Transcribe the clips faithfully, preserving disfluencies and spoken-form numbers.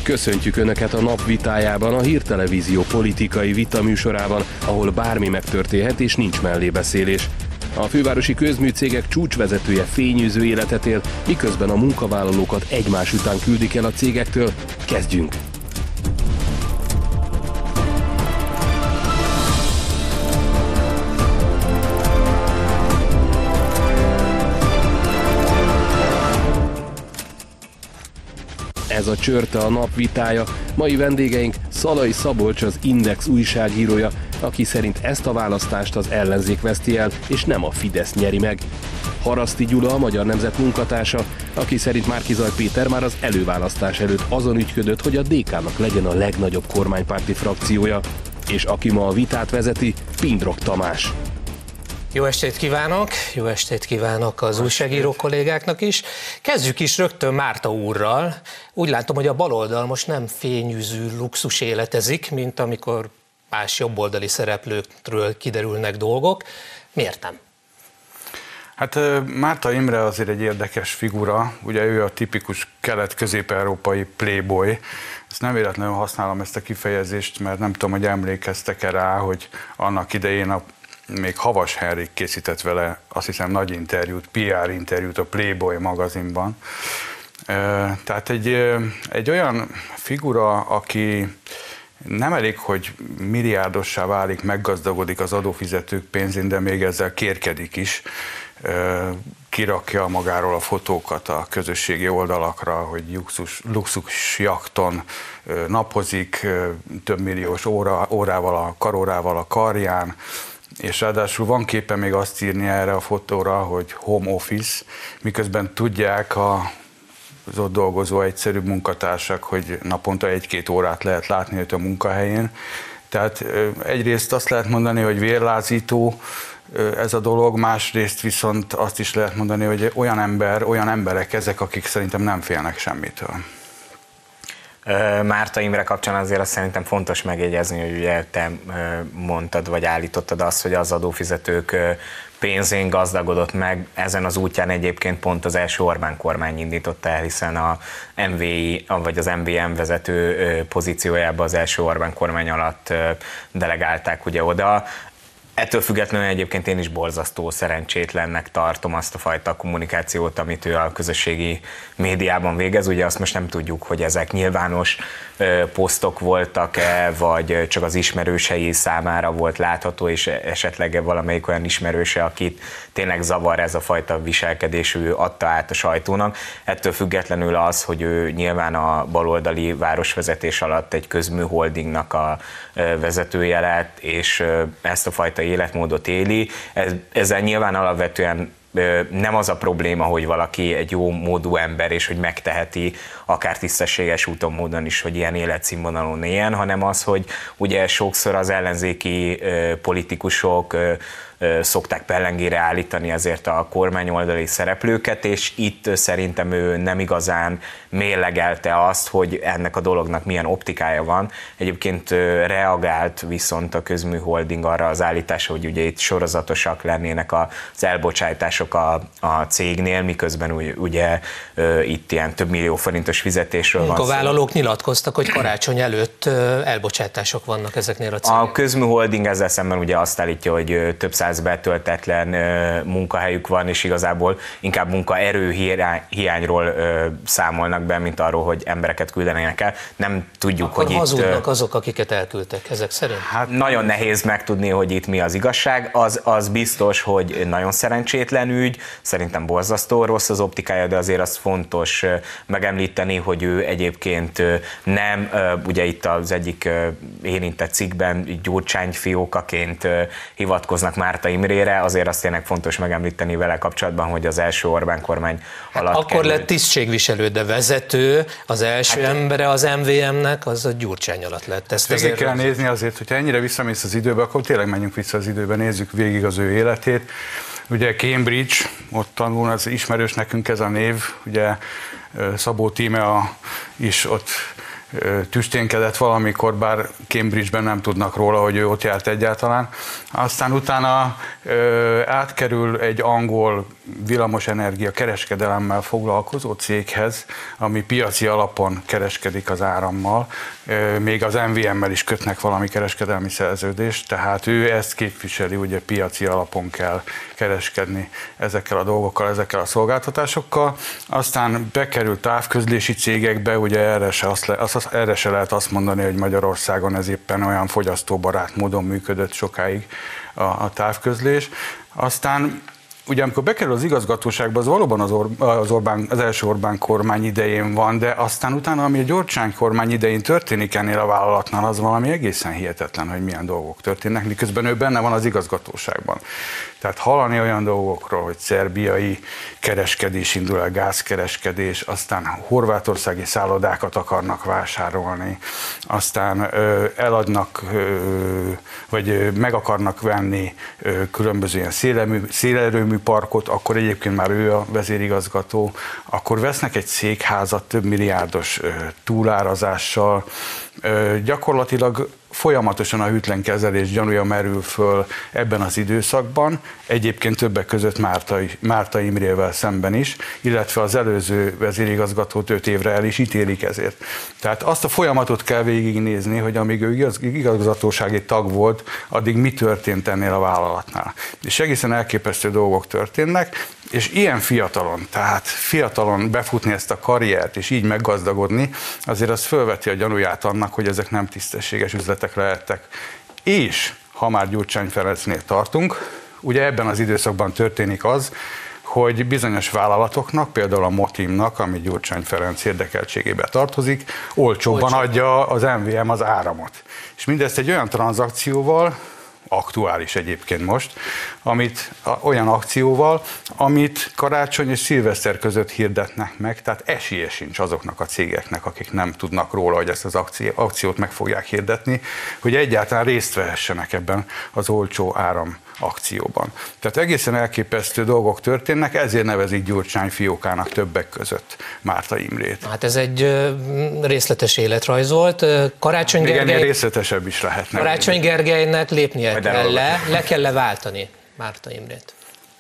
Köszöntjük Önöket a Nap vitájában, a Hírtelevízió politikai vitaműsorában, ahol bármi megtörténhet és nincs mellébeszélés. A fővárosi közműcégek csúcsvezetője fényűző életet él, miközben a munkavállalókat egymás után küldik el a cégektől. Kezdjünk! Ez a Csörte a Nap vitája. Mai vendégeink Szalai Szabolcs, az Index újságírója, aki szerint ezt a választást az ellenzék veszti el, és nem a Fidesz nyeri meg. Haraszti Gyula, a Magyar Nemzet munkatársa, aki szerint Márki-Zay Péter már az előválasztás előtt azon ügyködött, hogy a dé ká-nak legyen a legnagyobb kormánypárti frakciója. És aki ma a vitát vezeti, Pindrok Tamás. Jó estét kívánok, jó estét kívánok az újságíró kollégáknak is. Kezdjük is rögtön Márta úrral. Úgy látom, hogy a baloldal most nem fényűző luxus életezik, mint amikor más jobboldali szereplőkről kiderülnek dolgok. Miért nem? Hát Márta Imre azért egy érdekes figura, ugye ő a tipikus kelet-közép-európai playboy. Ezt nem véletlenül használom ezt a kifejezést, mert nem tudom, hogy emlékeztek-e rá, hogy annak idején a még Havas Henrik készített vele, azt hiszem, nagy interjút, pé er interjút a Playboy magazinban. Tehát egy, egy olyan figura, aki nem elég, hogy milliárdossá válik, meggazdagodik az adófizetők pénzén, de még ezzel kérkedik is. Kirakja magáról a fotókat a közösségi oldalakra, hogy luxus, luxus jakton napozik, több milliós óra, órával, a karórával a karján, és ráadásul van képe még azt írni erre a fotóra, hogy home office, miközben tudják a, az ott dolgozó egyszerű munkatársak, hogy naponta egy-két órát lehet látni őt a munkahelyén. Tehát egyrészt azt lehet mondani, hogy vérlázító ez a dolog, másrészt viszont azt is lehet mondani, hogy olyan ember, olyan emberek ezek, akik szerintem nem félnek semmitől. Márta Imre kapcsán azért azt szerintem fontos megjegyezni, hogy ugye te mondtad, vagy állítottad azt, hogy az adófizetők pénzén gazdagodott meg. Ezen az útján egyébként pont az első Orbán kormány indította el, hiszen a em vé i, vagy az em vé em vezető pozíciójába az első Orbán kormány alatt delegálták ugye oda. Ettől függetlenül egyébként én is borzasztó szerencsétlennek tartom azt a fajta kommunikációt, amit ő a közösségi médiában végez. Ugye azt most nem tudjuk, hogy ezek nyilvános posztok voltak-e, vagy csak az ismerősei számára volt látható, és esetleg valamelyik olyan ismerőse, akit tényleg zavar ez a fajta viselkedés, ő adta át a sajtónak. Ettől függetlenül az, hogy ő nyilván a baloldali városvezetés alatt egy közműholdingnak a vezetője lett, és ezt a fajta életmódot éli. Ezzel nyilván alapvetően nem az a probléma, hogy valaki egy jó módú ember, és hogy megteheti akár tisztességes úton, módon is, hogy ilyen életszínvonalon éljen, hanem az, hogy ugye sokszor az ellenzéki politikusok szokták pellengére állítani azért a kormányoldali szereplőket, és itt szerintem ő nem igazán mérlegelte azt, hogy ennek a dolognak milyen optikája van. Egyébként reagált viszont a Közműholding arra az állításra, hogy ugye itt sorozatosak lennének az elbocsátások a, a cégnél, miközben ugye, ugye itt ilyen több millió forintos fizetésről van szó. Munkavállalók nyilatkoztak, hogy karácsony előtt elbocsátások vannak ezeknél a cégeknél. A Közműholding ezzel szemben ugye azt állítja, hogy több száz betöltetlen munkahelyük van, és igazából inkább munkaerő hiányról számolnak be, mint arról, hogy embereket küldenének el. Nem tudjuk, Akkor hogy hazudnak itt... azok, akiket elküldtek, ezek szerint? Hát nagyon nehéz megtudni, hogy itt mi az igazság. Az, az biztos, hogy nagyon szerencsétlen ügy, szerintem borzasztó rossz az optikája, de azért az fontos megemlíteni, hogy ő egyébként nem, ugye itt az egyik érintett cikkben Gyurcsány fiókaként hivatkoznak Márta Imrére, azért azt tényleg fontos megemlíteni vele kapcsolatban, hogy az első Orbán kormány alatt hát akkor került. lett tisztségviselő, de vezető, az első hát, embere az em vé em-nek, az a Gyurcsány alatt lett. Ezt végig kell nézni azért, hogyha ennyire visszamész az időbe, akkor tényleg menjünk vissza az időbe, nézzük végig az ő életét. Ugye Cambridge, ott tanul, az ismerős nekünk ez a név, ugye Szabó Tímea is ott tüsténkedett valamikor, bár Cambridge-ben nem tudnak róla, hogy ő ott járt egyáltalán. Aztán utána átkerül egy angol villamosenergia kereskedelemmel foglalkozó céghez, ami piaci alapon kereskedik az árammal, még az em vé em-mel is kötnek valami kereskedelmi szerződést, tehát ő ezt képviseli, ugye piaci alapon kell kereskedni ezekkel a dolgokkal, ezekkel a szolgáltatásokkal. Aztán bekerült távközlési cégekbe, ugye erre se, azt le, azt, erre se lehet azt mondani, hogy Magyarországon ez éppen olyan fogyasztóbarát módon működött sokáig a, a távközlés. Aztán ugye amikor bekerül az igazgatóságba, az valóban az, Or- az, Orbán, az első Orbán kormány idején van, de aztán utána, ami a Gyurcsány kormány idején történik ennél a vállalatnál, az valami egészen hihetetlen, hogy milyen dolgok történnek, miközben ő benne van az igazgatóságban. Tehát hallani olyan dolgokról, hogy szerbiai kereskedés indul el, gázkereskedés, aztán horvátországi szállodákat akarnak vásárolni, aztán ö, eladnak, ö, vagy meg akarnak venni ö, különböző ilyen szélerőmű, szélerőmű parkot, akkor egyébként már ő a vezérigazgató, akkor vesznek egy székházat több milliárdos ö, túlárazással, ö, gyakorlatilag folyamatosan a hűtlen kezelés gyanúja merül föl ebben az időszakban, egyébként többek között Márta, Márta Imrével szemben is, illetve az előző vezérigazgatót öt évre el is ítélik ezért. Tehát azt a folyamatot kell végignézni, hogy amíg ő igaz, igazgatósági tag volt, addig mi történt ennél a vállalatnál. És egészen elképesztő dolgok történnek, és ilyen fiatalon, tehát fiatalon befutni ezt a karriert, és így meggazdagodni, azért az fölveti a gyanúját annak, hogy ezek nem tisztességes üzletek lehettek. És, ha már Gyurcsány Ferencnél tartunk, ugye ebben az időszakban történik az, hogy bizonyos vállalatoknak, például a Motimnak, ami Gyurcsány Ferenc érdekeltségébe tartozik, olcsóbban Olcsó. adja az em vé em az áramot. És mindezt egy olyan tranzakcióval, aktuális egyébként most, amit, olyan akcióval, amit karácsony és szilveszter között hirdetnek meg, tehát esélye sincs azoknak a cégeknek, akik nem tudnak róla, hogy ezt az akció, akciót meg fogják hirdetni, hogy egyáltalán részt vehessenek ebben az olcsó áram akcióban. Tehát egészen elképesztő dolgok történnek, ezért nevezik Gyurcsány fiókának többek között Márta Imrét. Hát ez egy részletes életrajz volt. Karácsony Még Gergely... ennél részletesebb is lehetne. Karácsony Gergelynek lépnie kell le, le kell leváltani Márta Imrét.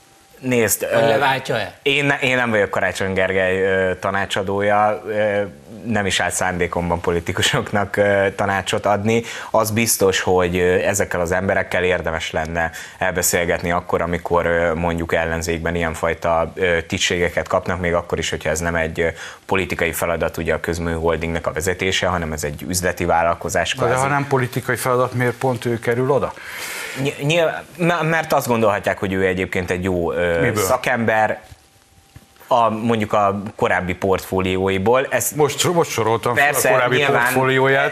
Nézd, leváltja-e? Én, én nem vagyok Karácsony Gergely tanácsadója, nem is állt szándékomban politikusoknak tanácsot adni. Az biztos, hogy ezekkel az emberekkel érdemes lenne elbeszélgetni akkor, amikor mondjuk ellenzékben ilyenfajta tisztségeket kapnak, még akkor is, hogyha ez nem egy politikai feladat, ugye a Közmű Holdingnek a vezetése, hanem ez egy üzleti vállalkozás. De ha nem politikai feladat, miért pont ő kerül oda? Nyilván, mert azt gondolhatják, hogy ő egyébként egy jó Miből? szakember, a, mondjuk a korábbi portfólióiból. Ezt most, most soroltam persze, a korábbi nyilván, portfólióját.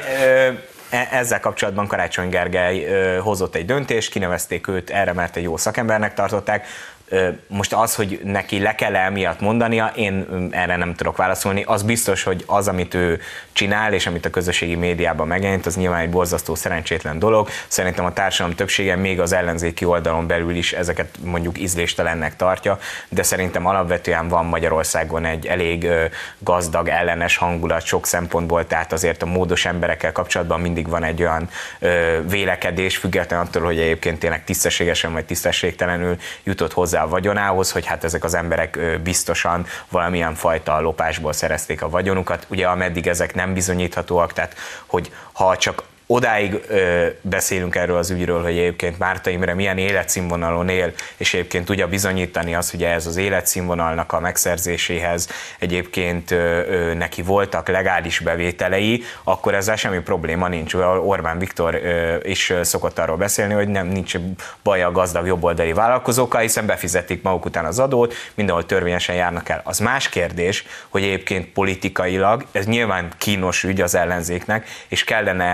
Ezzel kapcsolatban Karácsony Gergely hozott egy döntést, kinevezték őt erre, mert egy jó szakembernek tartották. Most az, hogy neki le kell emiatt mondania, én erre nem tudok válaszolni. Az biztos, hogy az, amit ő csinál, és amit a közösségi médiában megjelent, az nyilván egy borzasztó szerencsétlen dolog. Szerintem a társadalom többsége még az ellenzéki oldalon belül is ezeket mondjuk ízléstelennek tartja, de szerintem alapvetően van Magyarországon egy elég gazdag, ellenes hangulat sok szempontból, tehát azért a módos emberekkel kapcsolatban mindig van egy olyan vélekedés, függetlenül attól, hogy egyébként tényleg tisztességesen vagy tisztességtelenül jutott hozzá a vagyonához, hogy hát ezek az emberek biztosan valamilyen fajta lopásból szerezték a vagyonukat. Ugye ameddig ezek nem bizonyíthatóak, tehát hogy ha csak odáig ö, beszélünk erről az ügyről, hogy egyébként Márta Imre milyen életszínvonalon él, és egyébként tudja bizonyítani azt, hogy ez az életszínvonalnak a megszerzéséhez egyébként ö, ö, neki voltak legális bevételei, akkor ezzel semmi probléma nincs. Orbán Viktor ö, is szokott arról beszélni, hogy nem nincs baj a gazdag jobboldali vállalkozókkal, hiszen befizetik maguk után az adót, mindenhol törvényesen járnak el. Az más kérdés, hogy egyébként politikailag ez nyilván kínos ügy az ellenzéknek, és kellene erre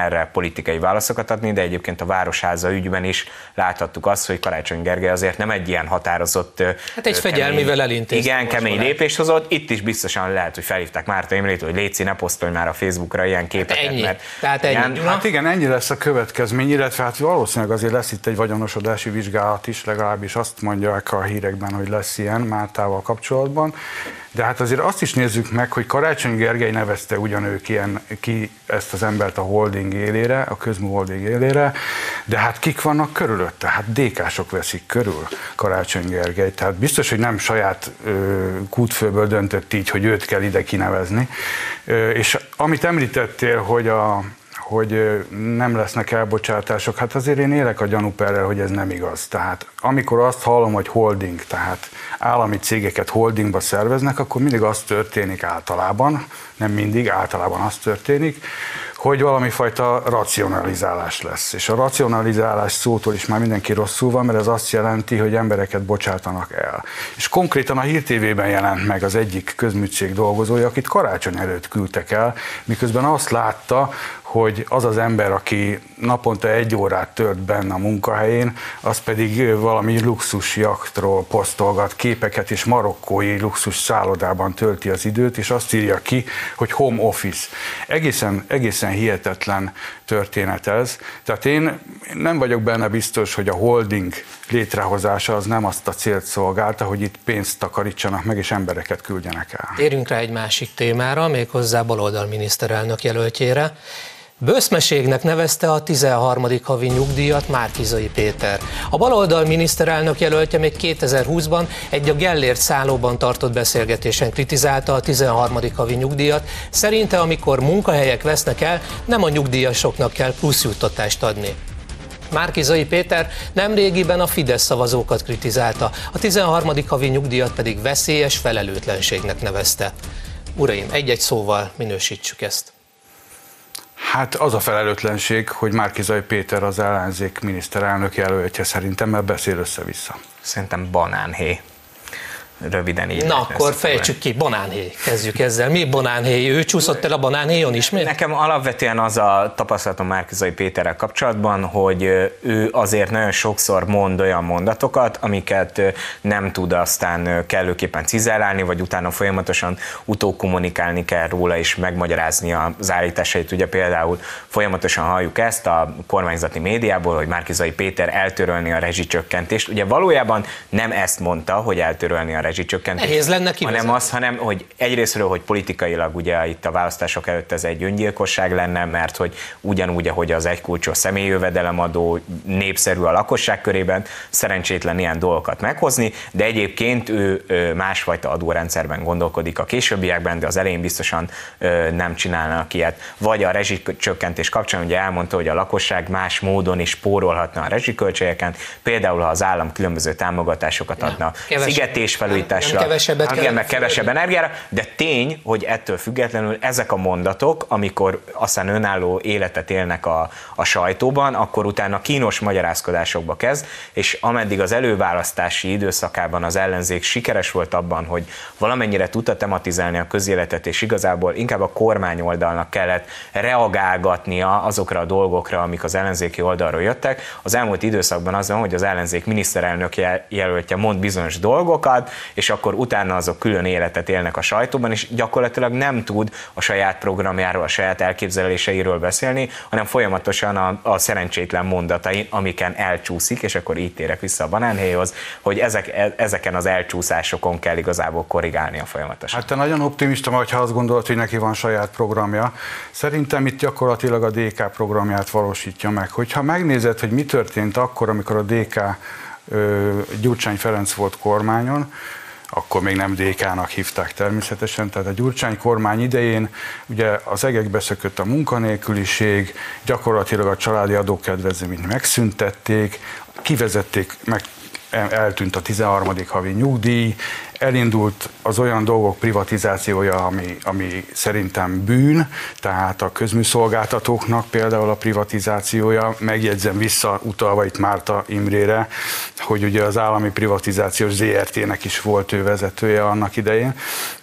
politikai válaszokat adni, de egyébként a Városháza ügyben is láthattuk azt, hogy Karácsony Gergely azért nem egy ilyen határozott... Hát egy fegyelmivel elintézni. Igen, kemény lépést hozott. Itt is biztosan lehet, hogy felhívták Márta Imrét, hogy léci, ne posztolj már a Facebookra ilyen képeket. Ennyi. Mert Tehát ennyi. Igen, hát igen, ennyi lesz a következmény, illetve hát valószínűleg azért lesz itt egy vagyonosodási vizsgálat is, legalábbis azt mondják a hírekben, hogy lesz ilyen Mártával kapcsolatban. De hát azért azt is nézzük meg, hogy Karácsony Gergely nevezte ugyanő ki, ki ezt az embert a holding élére, a Közmű holding élére, de hát kik vannak körülötte? Hát dé ká-sok veszik körül Karácsony Gergely, tehát biztos, hogy nem saját ö, kútfőből döntött így, hogy őt kell ide kinevezni. Ö, és amit említettél, hogy a hogy nem lesznek elbocsátások, hát azért én élek a gyanúperrel, hogy ez nem igaz. Tehát amikor azt hallom, hogy holding, tehát állami cégeket holdingba szerveznek, akkor mindig az történik általában, nem mindig, általában az történik, hogy valami fajta racionalizálás lesz. És a racionalizálás szótól is már mindenki rosszul van, mert ez azt jelenti, hogy embereket bocsátanak el. És konkrétan a Hír té vében jelent meg az egyik közműcég dolgozója, akit karácsony előtt küldtek el, miközben azt látta, hogy az az ember, aki naponta egy órát tölt benne a munkahelyén, az pedig valami luxus jachtról posztolgat képeket, és marokkói luxus szállodában tölti az időt, és azt írja ki, hogy home office. Egészen, egészen hihetetlen történet ez. Tehát én nem vagyok benne biztos, hogy a holding létrehozása az nem azt a célt szolgálta, hogy itt pénzt takarítsanak meg, és embereket küldjenek el. Térjünk rá egy másik témára, méghozzá baloldal miniszterelnök jelöltjére. Böszmeségnek nevezte a tizenharmadik havi nyugdíjat Márki-Zay Péter. A baloldal miniszterelnök jelöltje még kétezer-húszban egy a Gellért szállóban tartott beszélgetésen kritizálta a tizenharmadik havi nyugdíjat. Szerinte, amikor munkahelyek vesznek el, nem a nyugdíjasoknak kell pluszjuttatást adni. Márki-Zay Péter nemrégiben a Fidesz szavazókat kritizálta, a tizenharmadik havi nyugdíjat pedig veszélyes felelőtlenségnek nevezte. Uraim, egy-egy szóval minősítsük ezt. Hát az a felelőtlenség, hogy Márki-Zay Péter az ellenzék miniszterelnök jelöltje szerintem, mert beszél össze-vissza. Szerintem banánhéj. Röviden így. Na akkor fejtsük ki, banánhéj. Kezdjük ezzel. Mi banánhéj? Ő csúszott el a banánhéjon ismét? Nekem alapvetően az a tapasztalatom Márki-Zay Péterrel kapcsolatban, hogy ő azért nagyon sokszor mond olyan mondatokat, amiket nem tud aztán kellőképpen cizellálni, vagy utána folyamatosan utókommunikálni kell róla, és megmagyarázni az állításait. Ugye például folyamatosan halljuk ezt a kormányzati médiából, hogy Márki-Zay Péter eltörölni a rezsicsökkentést. Ugye valójában nem ezt mondta, hogy eltörölni a rezsicsökkentés. Nehéz lenne hanem az, hanem hogy egyrészről, hogy politikailag ugye itt a választások előtt ez egy öngyilkosság lenne, mert hogy ugyanúgy, ahogy az egykulcsos személyjövedelemadó népszerű a lakosság körében, szerencsétlen ilyen dolgokat meghozni, de egyébként ő másfajta adórendszerben gondolkodik a későbbiekben, de az elején biztosan nem csinálnak ilyet. Vagy a rezsicsökkentés kapcsán ugye elmondta, hogy a lakosság más módon is spórolhatna a rezsiköltségeken, például ha az állam különböző támogatásokat adna szigetés felújításra, kevesebbet igen, kell meg kevesebb energiára, de tény, hogy ettől függetlenül ezek a mondatok, amikor aztán önálló életet élnek a, a sajtóban, akkor utána kínos magyarázkodásokba kezd, és ameddig az előválasztási időszakában az ellenzék sikeres volt abban, hogy valamennyire tudta tematizálni a közéletet, és igazából inkább a kormányoldalnak kellett reagálgatnia azokra a dolgokra, amik az ellenzéki oldalról jöttek. Az elmúlt időszakban az van, hogy az ellenzék miniszterelnök jelöltje mond bizonyos dolgokat, és akkor utána azok külön életet élnek a sajtóban, és gyakorlatilag nem tud a saját programjáról, a saját elképzeléseiről beszélni, hanem folyamatosan a, a szerencsétlen mondatain, amiken elcsúszik, és akkor így térek vissza a banánhéjhoz, hogy ezek, ezeken az elcsúszásokon kell igazából korrigálnia folyamatosan. Hát te nagyon optimista vagy, ha azt gondolod, hogy neki van saját programja. Szerintem itt gyakorlatilag a dé ká programját valósítja meg. Hogyha megnézed, hogy mi történt akkor, amikor a dé ká Gyurcsány Ferenc volt kormányon, akkor még nem dé ká-nak hívták természetesen, tehát a Gyurcsány kormány idején ugye az egekbe szökött a munkanélküliség, gyakorlatilag a családi adókedvezményt megszüntették, kivezették, meg eltűnt a tizenharmadik havi nyugdíj, elindult az olyan dolgok privatizációja, ami, ami szerintem bűn, tehát a közműszolgáltatóknak például a privatizációja, megjegyzem visszautalva itt Márta Imrére, hogy ugye az állami privatizációs zé er té-nek is volt ő vezetője annak idején.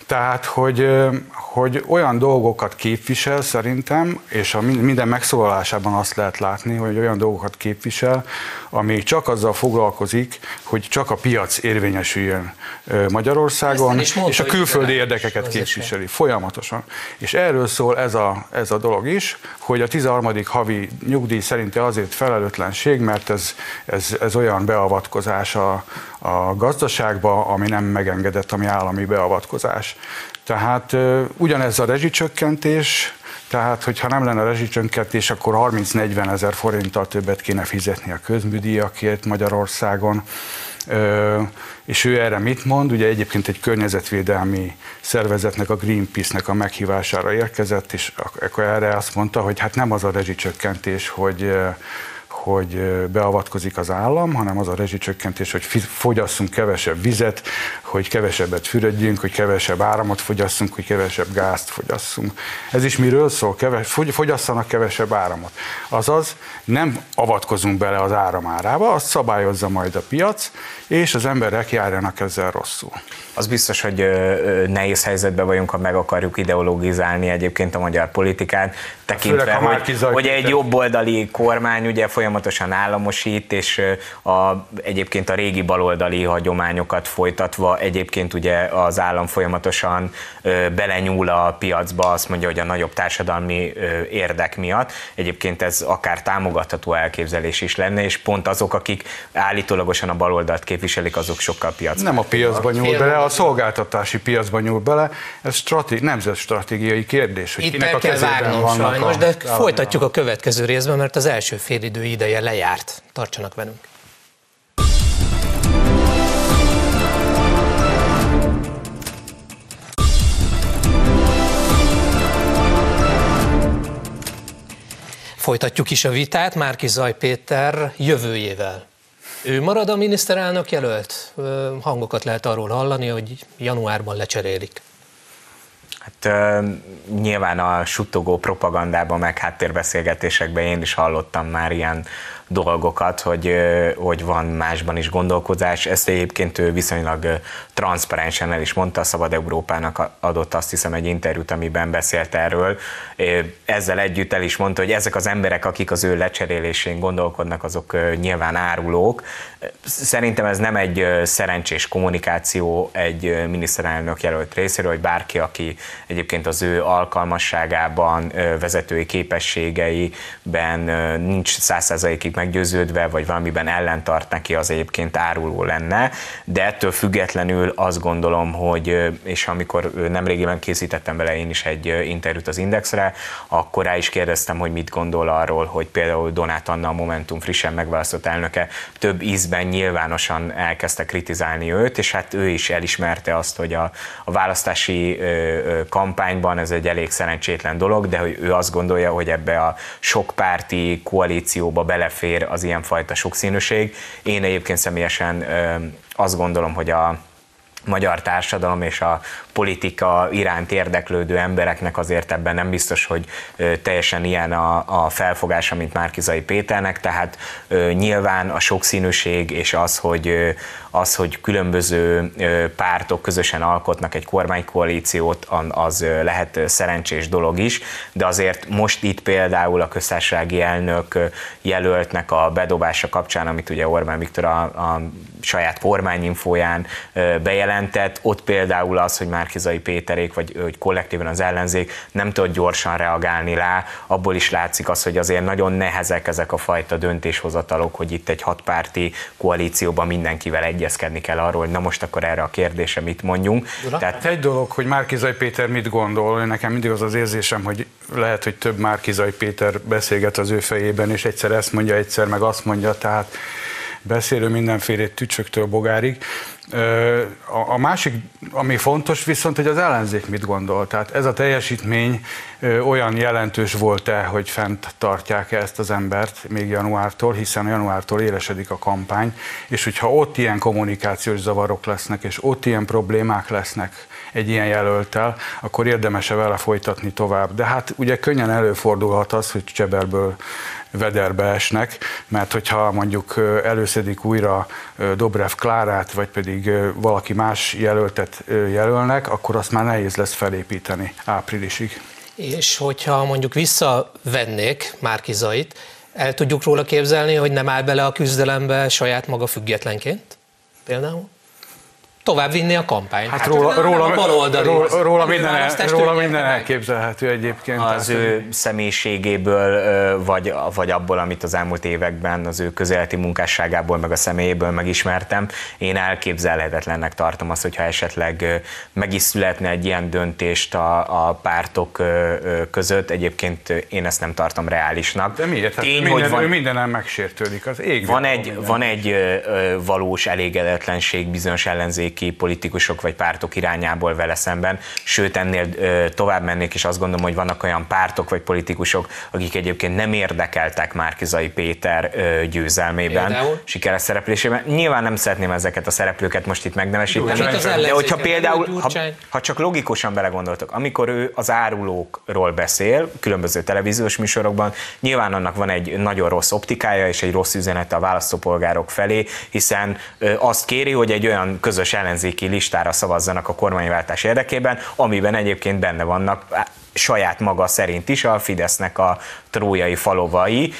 Tehát, hogy, hogy olyan dolgokat képvisel szerintem, és a minden megszólalásában azt lehet látni, hogy olyan dolgokat képvisel, ami csak azzal foglalkozik, hogy csak a piac érvényesüljön Magyarországon, és, mondta, és a külföldi érdekeket képviseli folyamatosan. És erről szól ez a, ez a dolog is, hogy a tizenharmadik havi nyugdíj szerinti azért felelőtlenség, mert ez, ez, ez olyan beavatkozás a, a gazdaságba, ami nem megengedett, ami állami beavatkozás. Tehát ugyanez a rezsicsökkentés, tehát hogyha nem lenne a rezsicsökkentés, akkor harminc-negyven ezer forinttal többet kéne fizetni a közműdíjakért Magyarországon. És ő erre mit mond? Ugye egyébként egy környezetvédelmi szervezetnek, a Greenpeace-nek a meghívására érkezett, és akkor erre azt mondta, hogy hát nem az a rezsicsökkentés, hogy hogy beavatkozik az állam, hanem az a rezsicsökkentés, hogy fogyasszunk kevesebb vizet, hogy kevesebbet fürödjünk, hogy kevesebb áramot fogyasszunk, hogy kevesebb gázt fogyasszunk. Ez is miről szól? Keves, fogyasszanak kevesebb áramot. Azaz nem avatkozunk bele az áram árába, azt szabályozza majd a piac, és az emberek járjanak ezzel rosszul. Az biztos, hogy nehéz helyzetben vagyunk, ha meg akarjuk ideologizálni egyébként a magyar politikát, tekintve, hogy, hogy egy jobboldali kormány ugye folyamatosan államosít, és a, egyébként a régi baloldali hagyományokat folytatva egyébként ugye az állam folyamatosan belenyúl a piacba, azt mondja, hogy a nagyobb társadalmi érdek miatt. Egyébként ez akár támogatható elképzelés is lenne, és pont azok, akik állítólagosan a baloldalt képviselik, azok sokkal piacban. Nem a piacba nyúl bele, a szolgáltatási piacba nyúl bele, ez stratégi, nemzetstratégiai kérdés, hogy itt kinek a kezében vannak sajnos, a, de folytatjuk a következő részben, mert az első félidő ideje lejárt. Tartsanak velünk! Folytatjuk is a vitát Márki-Zay Péter jövőjével. Ő marad a miniszterelnök jelölt? Hangokat lehet arról hallani, hogy januárban lecserélik. Hát uh, nyilván a suttogó propagandában, meg háttérbeszélgetésekben én is hallottam már ilyen dolgokat, hogy, hogy van másban is gondolkodás. Ezt egyébként ő viszonylag transzparensen el is mondta, a Szabad Európának adott azt hiszem egy interjút, amiben beszélt erről. Ezzel együtt el is mondta, hogy ezek az emberek, akik az ő lecserélésén gondolkodnak, azok nyilván árulók. Szerintem ez nem egy szerencsés kommunikáció egy miniszterelnök jelölt részéről, hogy bárki, aki egyébként az ő alkalmasságában, vezetői képességeiben nincs száz százalékig meggyőződve, vagy valamiben ellentart neki, az egyébként áruló lenne, de ettől függetlenül azt gondolom, hogy, és amikor nemrégiben készítettem bele én is egy interjút az Indexre, akkor rá is kérdeztem, hogy mit gondol arról, hogy például Donát Anna, a Momentum frissen megválasztott elnöke több ízben nyilvánosan elkezdte kritizálni őt, és hát ő is elismerte azt, hogy a, a választási ö, ö, kampányban ez egy elég szerencsétlen dolog, de hogy ő azt gondolja, hogy ebbe a sokpárti koalícióba belefér az ilyenfajta sokszínűség. Én egyébként személyesen ö, azt gondolom, hogy a magyar társadalom és a politika iránt érdeklődő embereknek azért ebben nem biztos, hogy teljesen ilyen a, a felfogása, mint Márki-Zay Péternek, tehát nyilván a sokszínűség és az, hogy, az, hogy különböző pártok közösen alkotnak egy kormánykoalíciót, az lehet szerencsés dolog is, de azért most itt például a köztársasági elnök jelöltnek a bedobása kapcsán, amit ugye Orbán Viktor a, a saját kormányinfóján bejelentett, ott például az, hogy Márki-Zay Péterék, vagy hogy kollektíven az ellenzék nem tud gyorsan reagálni rá, abból is látszik az, hogy azért nagyon nehezek ezek a fajta döntéshozatalok, hogy itt egy hatpárti koalícióban mindenkivel egyezkedni kell arról, hogy na most akkor erre a kérdésre mit mondjunk. Tehát hát egy dolog, hogy Márki-Zay Péter mit gondol, nekem mindig az az érzésem, hogy lehet, hogy több Márki-Zay Péter beszélget az ő fejében, és egyszer ezt mondja, egyszer meg azt mondja, tehát beszélő mindenfélét tücsöktől bogárig. A másik, ami fontos viszont, hogy az ellenzék mit gondol. Tehát ez a teljesítmény olyan jelentős volt-e, hogy fent tartják ezt az embert még januártól, hiszen januártól élesedik a kampány, és hogyha ott ilyen kommunikációs zavarok lesznek, és ott ilyen problémák lesznek egy ilyen jelölttel, akkor érdemes-e vele folytatni tovább. De hát ugye könnyen előfordulhat az, hogy cseberből vederbe esnek, mert hogyha mondjuk előszedik újra Dobrev Klárát, vagy pedig valaki más jelöltet jelölnek, akkor azt már nehéz lesz felépíteni áprilisig. És hogyha mondjuk visszavennék Márki-Zayt, el tudjuk róla képzelni, hogy nem áll bele a küzdelembe saját maga függetlenként például? Tovább vinni a kampányt. Hát, hát róla, róla, a baloldali, róla, róla minden, róla minden elképzelhető egyébként. Az ő személyiségéből, vagy, vagy abból, amit az elmúlt években az ő közéleti munkásságából, meg a személyéből megismertem, én elképzelhetetlennek tartom azt, hogyha esetleg meg is születne egy ilyen döntést a, a pártok között. Egyébként én ezt nem tartom reálisnak. De miért? Hát Tény, minden, van, ő mindenen megsértődik. Az ég van, egy, van egy valós elégedetlenség bizonyos ellenzéki politikusok vagy pártok irányából vele szemben, sőt ennél tovább mennék, és azt gondolom, hogy vannak olyan pártok vagy politikusok, akik egyébként nem érdekeltek Márki-Zay Péter győzelmében, például? Sikeres szereplésében. Nyilván nem szeretném ezeket a szereplőket most itt megnevesíteni, de hogyha például, ha, ha csak logikusan belegondoltok, amikor ő az árulókról beszél, különböző televíziós műsorokban, nyilván annak van egy nagyon rossz optikája és egy rossz üzenete a választópolgárok felé, hiszen azt kéri, hogy egy olyan közös ellenzéki listára szavazzanak a kormányváltás érdekében, amiben egyébként benne vannak saját maga szerint is a Fidesznek a trójai falovai,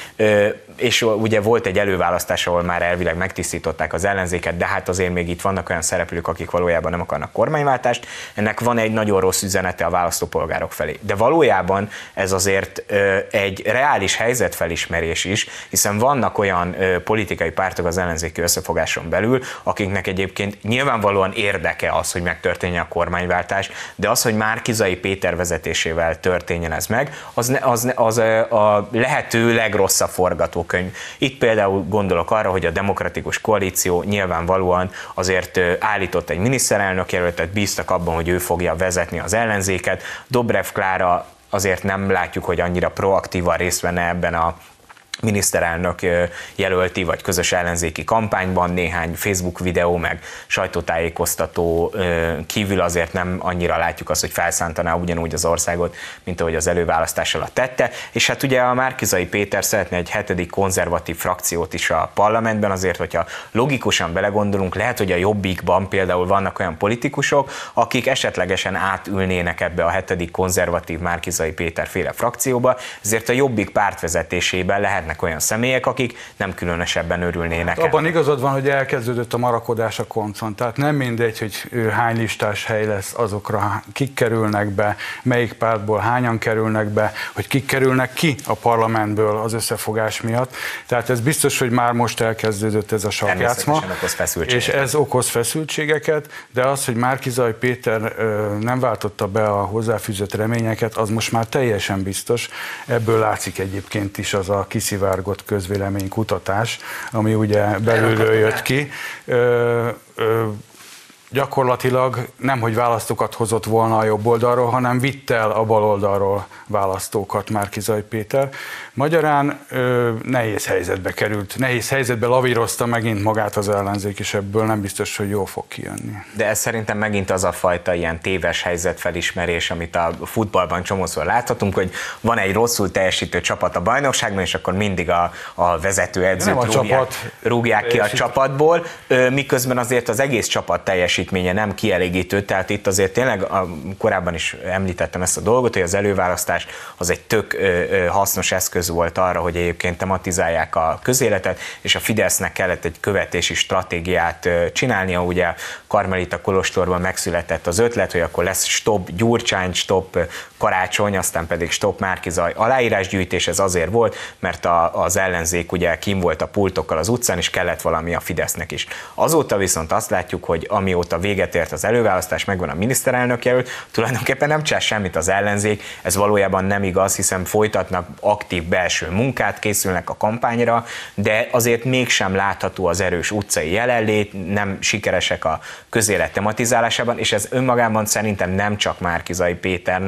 és ugye volt egy előválasztás, ahol már elvileg megtisztították az ellenzéket, de hát azért még itt vannak olyan szereplők, akik valójában nem akarnak kormányváltást, ennek van egy nagyon rossz üzenete a választópolgárok felé. De valójában ez azért egy reális helyzetfelismerés is, hiszen vannak olyan politikai pártok az ellenzéki összefogáson belül, akiknek egyébként nyilvánvalóan érdeke az, hogy megtörténjen a kormányváltás, de az, hogy Márki-Zay Péter vezetésével történjen ez meg, az, az, az a lehető legrosszabb forgatókönyv. Itt például gondolok arra, hogy a Demokratikus Koalíció nyilvánvalóan azért állított egy miniszterelnök jelöltet, bíztak abban, hogy ő fogja vezetni az ellenzéket. Dobrev Klára azért nem látjuk, hogy annyira proaktívan részt venne ebben a miniszterelnök jelölti vagy közös ellenzéki kampányban, néhány Facebook videó meg sajtótájékoztató kívül azért nem annyira látjuk azt, hogy felszántaná ugyanúgy az országot, mint ahogy az előválasztás alatt tette, és hát ugye a Márki-Zay Péter szeretne egy hetedik konzervatív frakciót is a parlamentben, azért, hogyha logikusan belegondolunk, lehet, hogy a Jobbikban például vannak olyan politikusok, akik esetlegesen átülnének ebbe a hetedik konzervatív Márki-Zay Péter féle frakcióba, ezért a Jobbik pártvezetésében lehetnek olyan személyek, akik nem különösebben örülnének. Hát abban igazad van, hogy elkezdődött a marakodás a koncon, tehát nem mindegy, hogy hány listás hely lesz azokra, kik kerülnek be, melyik pártból hányan kerülnek be, hogy kik kerülnek ki a parlamentből az összefogás miatt. Tehát ez biztos, hogy már most elkezdődött ez a sarkjátszma, és ez okoz feszültségeket, de az, hogy Márki-Zay Péter nem váltotta be a hozzáfűzött reményeket, az most már teljesen biztos. Ebből látszik egyébként is az a kiszivárgott közvéleménykutatás, ami ugye belülről jött ki. Ö, ö, gyakorlatilag nem, hogy választókat hozott volna a jobb oldalról, hanem vitt el a bal oldalról választókat Márki-Zay Péter. Magyarán ö, nehéz helyzetbe került, nehéz helyzetbe lavírozta megint magát az ellenzék, és ebből nem biztos, hogy jól fog kijönni. De ez szerintem megint az a fajta ilyen téves helyzetfelismerés, amit a futballban csomószor láthatunk, hogy van egy rosszul teljesítő csapat a bajnokságban, és akkor mindig a, a vezetőedzőt rúgják, csapat rúgják ki a csapatból, miközben azért az egész csapat teljesítménye nem kielégítő, tehát itt azért tényleg a, korábban is említettem ezt a dolgot, hogy az előválasztás az egy tök hasznos eszköz volt arra, hogy egyébként tematizálják a közéletet, és a Fidesznek kellett egy követési stratégiát csinálnia. Ugye Karmelita Kolostorban megszületett az ötlet, hogy akkor lesz stop Gyurcsány, stop Karácsony, aztán pedig stop Márki-Zay aláírásgyűjtés. Ez azért volt, mert a, az ellenzék ugye kim volt a pultokkal az utcán, és kellett valami a Fidesznek is. Azóta viszont azt látjuk, hogy amióta véget ért az előválasztás, megvan a miniszterelnök jelölt, tulajdonképpen nem csinál semmit az ellenzék. Ez valójában nem igaz, hiszen folytatnak aktív belső munkát, készülnek a kampányra, de azért mégsem látható az erős utcai jelenlét, nem sikeresek a közélet tematizálásában, és ez önmagában szerintem nem csak Márki-Zay Péternek,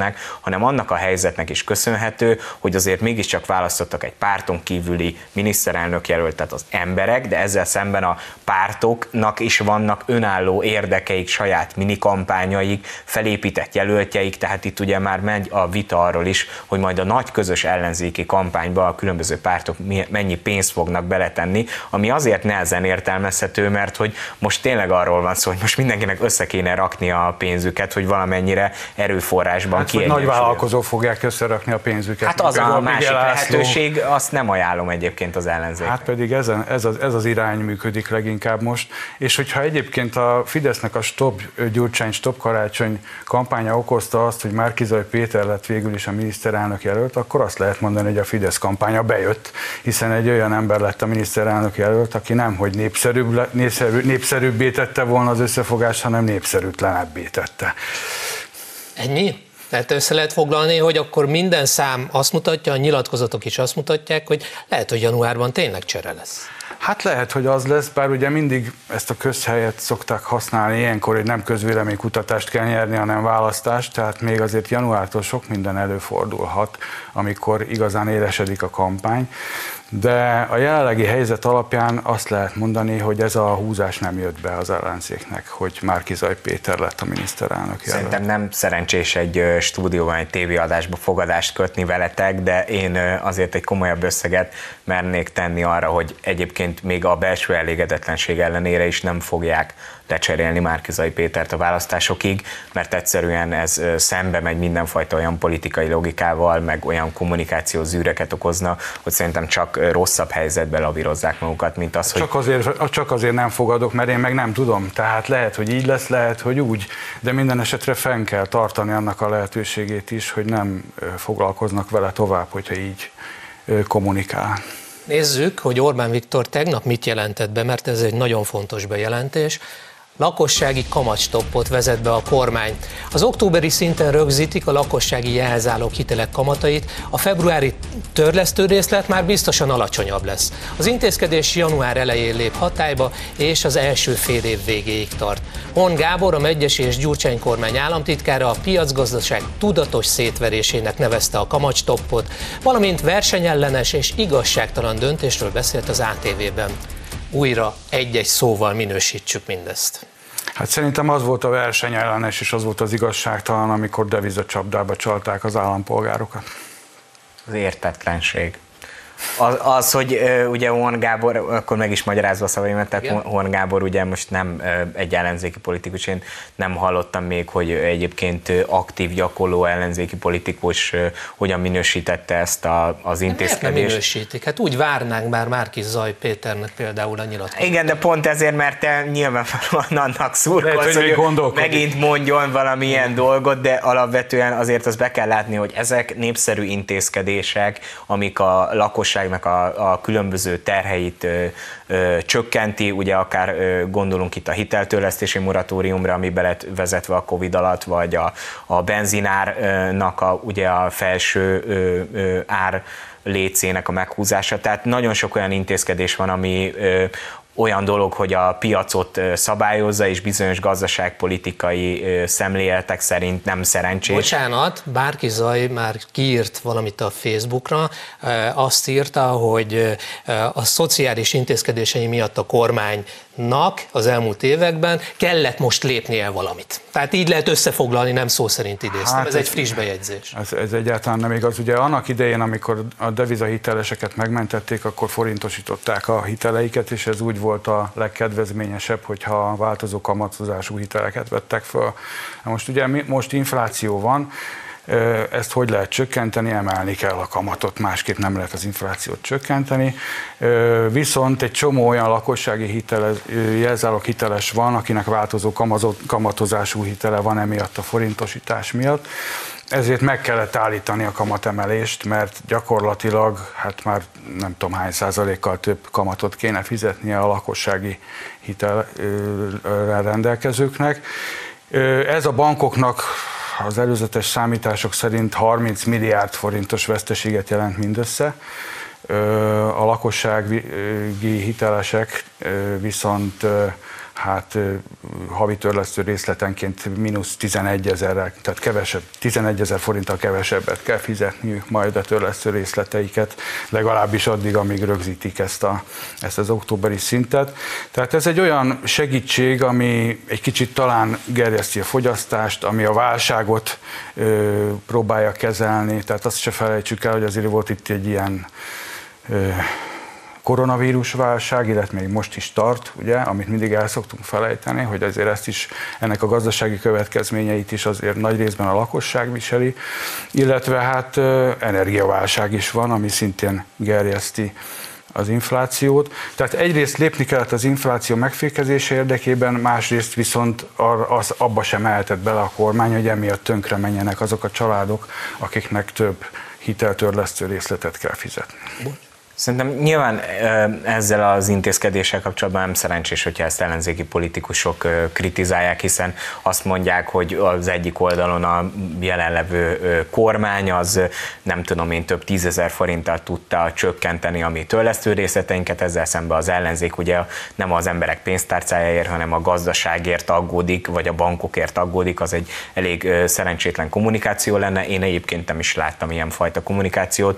hanem annak a helyzetnek is köszönhető, hogy azért mégiscsak választottak egy párton kívüli miniszterelnök jelöltet az emberek, de ezzel szemben a pártoknak is vannak önálló érdekeik, saját minikampányaik, felépített jelöltjeik, tehát itt ugye már megy a vita arról is, hogy majd a nagy közös ellenzéki kampányba a különböző pártok mennyi pénzt fognak beletenni, ami azért nehezen értelmezhető, mert hogy most tényleg arról van szó, hogy most mindenkinek össze kéne rakni a pénzüket, hogy valamennyire erőforrásban hát, kiegyensúlyozni. Nagy vállalkozók fogják összerakni a pénzüket. Hát az a, a másik lehetőség, azt nem ajánlom egyébként az ellenzéknek. Hát pedig ezen, ez, az, ez az irány működik leginkább most, és hogyha egyébként a Fidesznek a Stop Gyurcsány, Stop Karácsony kampánya okozta azt, hogy Márki-Zay Péter lett végül is a miniszterelnök jelölt, akkor azt lehet mondani, hogy a Fidesz kampánya bejött, hiszen egy olyan ember lett a miniszterelnök jelölt, aki nem, hogy népszerűbb, népszerű, népszerűbbé tette volna az összefogást, hanem népszerűtlenebbé tette. Ennyi? Tehát össze lehet foglalni, hogy akkor minden szám azt mutatja, a nyilatkozatok is azt mutatják, hogy lehet, hogy januárban tényleg csere lesz. Hát lehet, hogy az lesz, bár ugye mindig ezt a közhelyet szokták használni ilyenkor, hogy nem közvéleménykutatást kell nyerni, hanem választást, tehát még azért januártól sok minden előfordulhat, amikor igazán élesedik a kampány. De a jelenlegi helyzet alapján azt lehet mondani, hogy ez a húzás nem jött be az ellenzéknek, hogy Márki-Zay Péter lett a miniszterelnök jelölt. Szerintem nem szerencsés egy stúdióban, egy tévéadásba fogadást kötni veletek, de én azért egy komolyabb összeget mernék tenni arra, hogy egyébként még a belső elégedetlenség ellenére is nem fogják lecserélni Márki-Zay Pétert a választásokig, mert egyszerűen ez szembe megy mindenfajta olyan politikai logikával, meg olyan kommunikációs zűreket okozna, hogy szerintem csak rosszabb helyzetbe lavírozzák magukat, mint az, hogy... Csak azért, csak azért nem fogadok, mert én meg nem tudom. Tehát lehet, hogy így lesz, lehet, hogy úgy, de minden esetre fenn kell tartani annak a lehetőségét is, hogy nem foglalkoznak vele tovább, hogyha így kommunikál. Nézzük, hogy Orbán Viktor tegnap mit jelentett be, mert ez egy nagyon fontos bejelentés. Lakossági kamatstoppot vezet be a kormány. Az októberi szinten rögzítik a lakossági jelzálog hitelek kamatait, a februári törlesztő részlet már biztosan alacsonyabb lesz. Az intézkedés január elején lép hatályba, és az első fél év végéig tart. Hon Gábor, a Medgyessy és Gyurcsány kormány államtitkára a piacgazdaság tudatos szétverésének nevezte a kamatstoppot, valamint versenyellenes és igazságtalan döntésről beszélt az á té vében. Újra egy-egy szóval minősítsük mindezt. Hát szerintem az volt a versenyellenes és az volt az igazságtalan, amikor devizacsapdába csalták az állampolgárokat. Az értetlenség. Az, az, hogy uh, ugye Hon Gábor, akkor meg is magyarázva a szavaimat, tehát igen. Hon Gábor ugye most nem uh, egy ellenzéki politikus, én nem hallottam még, hogy egyébként aktív, gyakorló ellenzéki politikus uh, hogyan minősítette ezt a, az intézkedést. Nem minősítik? Hát úgy várnánk már Márki-Zay Péternek például a nyilatkozatot. Igen, de pont ezért, mert te nyilvánvalóan annak szurkolsz, hogy, hogy megint mondjon valamilyen mm. dolgot, de alapvetően azért azt be kell látni, hogy ezek népszerű intézkedések, amik a lakosság A, a különböző terheit ö, ö, csökkenti, ugye akár ö, gondolunk itt a hiteltörlesztési moratóriumra, ami be lett vezetve a Covid alatt, vagy a, a benzinárnak a, ugye a felső ö, ö, ár létszének a meghúzása. Tehát nagyon sok olyan intézkedés van, ami ö, olyan dolog, hogy a piacot szabályozza, és bizonyos gazdaságpolitikai szemléletek szerint nem szerencsés. Bocsánat, Márki-Zay már kiírt valamit a Facebookra, azt írta, hogy a szociális intézkedései miatt a kormánynak az elmúlt években kellett most lépnie valamit. Tehát így lehet összefoglalni, nem szó szerint idéztem. Hát ez, ez egy friss bejegyzés. Ez, ez egyáltalán nem igaz. Ugye annak idején, amikor a devizahiteleseket megmentették, akkor forintosították a hiteleiket, és ez úgy volt a legkedvezményesebb, hogyha változó kamatozású hiteleket vettek föl. Most ugye most infláció van, ezt hogy lehet csökkenteni? Emelni kell a kamatot, másképp nem lehet az inflációt csökkenteni. Viszont egy csomó olyan lakossági hiteles, jelzálog hiteles van, akinek változó kamatozású hitele van emiatt a forintosítás miatt. Ezért meg kellett állítani a kamatemelést, mert gyakorlatilag hát már nem tudom hány százalékkal több kamatot kéne fizetnie a lakossági hitelrel rendelkezőknek. Ez a bankoknak az előzetes számítások szerint harminc milliárd forintos veszteséget jelent mindössze. A lakossági hitelesek viszont hát havi törlesztő részletenként mínusz tizenegy ezerrel, tehát kevesebb, tizenegy ezer forinttal kevesebbet kell fizetniük majd a törlesztő részleteiket, legalábbis addig, amíg rögzítik ezt, a, ezt az októberi szintet. Tehát ez egy olyan segítség, ami egy kicsit talán gerjeszti a fogyasztást, ami a válságot ö, próbálja kezelni, tehát azt se felejtsük el, hogy azért volt itt egy ilyen ö, koronavírus válság, illetve még most is tart, ugye, amit mindig el szoktunk felejteni, hogy azért ezt is, ennek a gazdasági következményeit is azért nagy részben a lakosság viseli, illetve hát energiaválság is van, ami szintén gerjeszti az inflációt. Tehát egyrészt lépni kellett az infláció megfékezése érdekében, másrészt viszont az, abba sem mehetett bele a kormány, hogy emiatt tönkre menjenek azok a családok, akiknek több hiteltörlesztő részletet kell fizetni. Szerintem nyilván ezzel az intézkedéssel kapcsolatban nem szerencsés, hogyha ezt ellenzéki politikusok kritizálják, hiszen azt mondják, hogy az egyik oldalon a jelenlevő kormány az nem tudom én több tízezer forinttal tudta csökkenteni a mi törlesztő részleteinket, ezzel szemben az ellenzék ugye nem az emberek pénztárcájáért, hanem a gazdaságért aggódik, vagy a bankokért aggódik, az egy elég szerencsétlen kommunikáció lenne. Én egyébként nem is láttam ilyen fajta kommunikációt.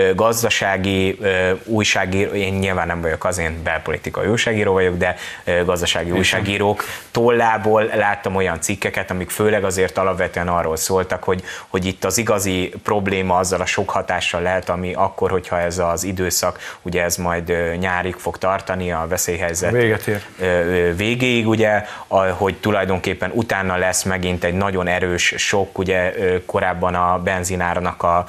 Gazdasági újságíró, én nyilván nem vagyok az, én belpolitikai újságíró vagyok, de gazdasági újságírók tollából láttam olyan cikkeket, amik főleg azért alapvetően arról szóltak, hogy, hogy itt az igazi probléma azzal a sok hatással lehet, ami akkor, hogyha ez az időszak, ugye ez majd nyárig fog tartani, a veszélyhelyzet véget ér. végéig, ugye, hogy tulajdonképpen utána lesz megint egy nagyon erős sok, ugye korábban a benzinárnak a,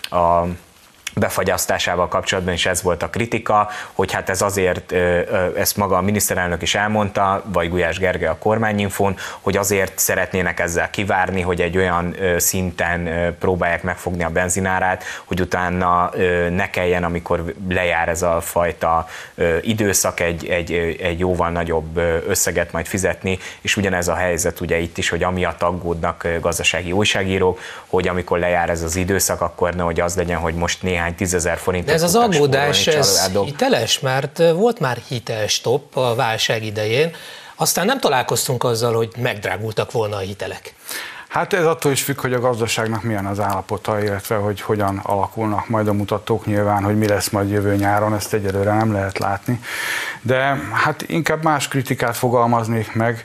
a befagyasztásával kapcsolatban is ez volt a kritika, hogy hát ez azért, ezt maga a miniszterelnök is elmondta, vagy Gulyás Gergely a Kormányinfón, hogy azért szeretnének ezzel kivárni, hogy egy olyan szinten próbálják megfogni a benzinárát, hogy utána ne kelljen, amikor lejár ez a fajta időszak, egy, egy, egy jóval nagyobb összeget majd fizetni, és ugyanez a helyzet ugye itt is, hogy amiatt aggódnak gazdasági újságírók, hogy amikor lejár ez az időszak, akkor nehogy az legyen, hogy most néhány tízezer forintot. De ez az aggódás, ez hiteles, mert volt már hitelstopp a válság idején, aztán nem találkoztunk azzal, hogy megdrágultak volna a hitelek. Hát ez attól is függ, hogy a gazdaságnak milyen az állapota, illetve hogy hogyan alakulnak majd a mutatók nyilván, hogy mi lesz majd jövő nyáron, ezt egyelőre nem lehet látni. De hát inkább más kritikát fogalmaznék meg.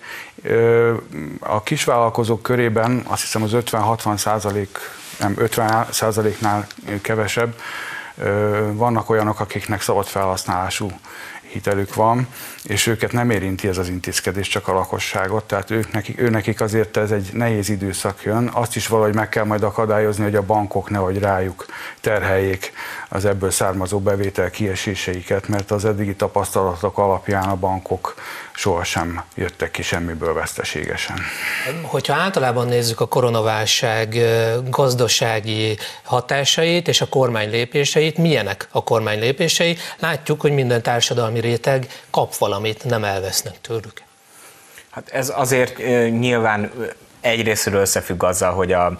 A kisvállalkozók körében azt hiszem az ötven-hatvan százalék, nem ötven százaléknál kevesebb, vannak olyanok, akiknek szabad felhasználású hitelük van, és őket nem érinti ez az intézkedés, csak a lakosságot, tehát ők nekik, ő nekik azért ez egy nehéz időszak jön, azt is valahogy meg kell majd akadályozni, hogy a bankok nehogy rájuk terheljék az ebből származó bevétel kieséseiket, mert az eddigi tapasztalatok alapján a bankok sohasem jöttek ki semmiből veszteségesen. Hogyha általában nézzük a koronaválság gazdasági hatásait és a kormány lépéseit, milyenek a kormány lépései? Látjuk, hogy minden társadalmi réteg kap valamit, nem elvesznek tőlük. Hát ez azért nyilván egyrésztről összefügg azzal, hogy a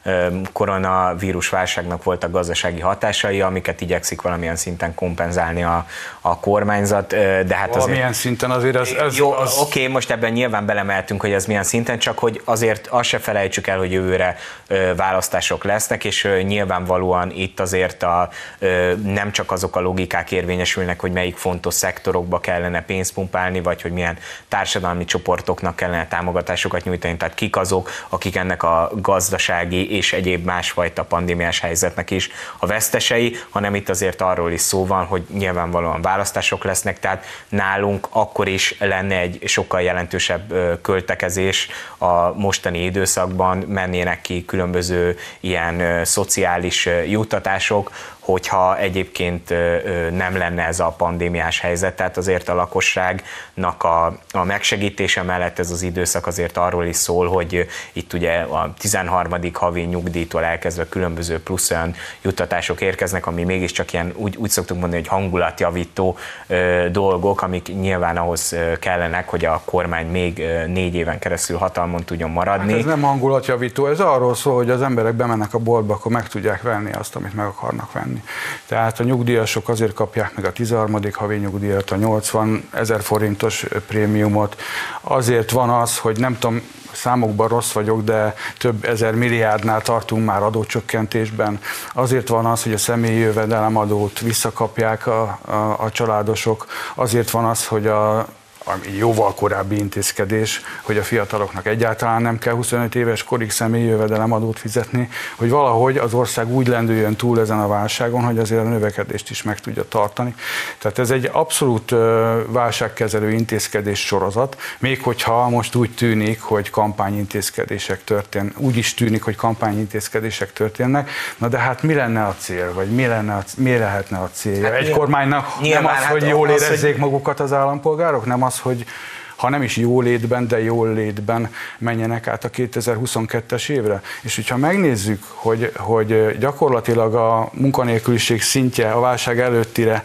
koronavírus válságnak voltak gazdasági hatásai, amiket igyekszik valamilyen szinten kompenzálni a, a kormányzat, de hát valamilyen azért... szinten azért ez... ez jó, az... oké, most ebben nyilván belemeltünk, hogy ez milyen szinten, csak hogy azért azt se felejtsük el, hogy jövőre választások lesznek, és nyilvánvalóan itt azért a, nem csak azok a logikák érvényesülnek, hogy melyik fontos szektorokba kellene pénzt pumpálni, vagy hogy milyen társadalmi csoportoknak kellene támogatásokat nyújtani, tehát kik azok, akik ennek a gazdasági és egyéb másfajta pandémiás helyzetnek is a vesztesei, hanem itt azért arról is szó van, hogy nyilvánvalóan választások lesznek, tehát nálunk akkor is lenne egy sokkal jelentősebb költekezés a mostani időszakban, mennének ki különböző ilyen szociális juttatások, hogyha egyébként nem lenne ez a pandémiás helyzet, tehát azért a lakosságnak a, a megsegítése mellett ez az időszak azért arról is szól, hogy itt ugye a tizenharmadik havi nyugdíjtól elkezdve különböző plusz olyan juttatások érkeznek, ami mégiscsak ilyen, úgy, úgy szoktuk mondani, hogy hangulatjavító ö, dolgok, amik nyilván ahhoz kellenek, hogy a kormány még négy éven keresztül hatalmon tudjon maradni. Hát ez nem hangulatjavító, ez arról szól, hogy az emberek bemennek a boltba, akkor meg tudják venni azt, amit meg akarnak venni. tenni. Tehát a nyugdíjasok azért kapják meg a tizenharmadik havi nyugdíjat, a nyolcvan ezer forintos prémiumot, azért van az, hogy nem tudom, számokban rossz vagyok, de több ezer milliárdnál tartunk már adócsökkentésben. Azért van az, hogy a személyi jövedelemadót visszakapják a, a, a családosok, azért van az, hogy a ami jóval korábbi intézkedés, hogy a fiataloknak egyáltalán nem kell huszonöt éves korig személyi jövedelemadót fizetni, hogy valahogy az ország úgy lendüljön túl ezen a válságon, hogy azért a növekedést is meg tudja tartani. Tehát ez egy abszolút válságkezelő intézkedés sorozat, még hogyha most úgy tűnik, hogy kampányintézkedések történnek, úgy is tűnik, hogy kampányintézkedések történnek, na de hát mi lenne a cél, vagy mi, lenne a, mi lehetne a célja? Hát egy nyilván, kormánynak nem az, hát hogy jól az, érezzék hogy... magukat az állampolgárok, nem az, hogy ha nem is jólétben, de jól létben menjenek át a kétezer-huszonkettes évre. És hogyha megnézzük, hogy, hogy gyakorlatilag a munkanélküliség szintje a válság előttire,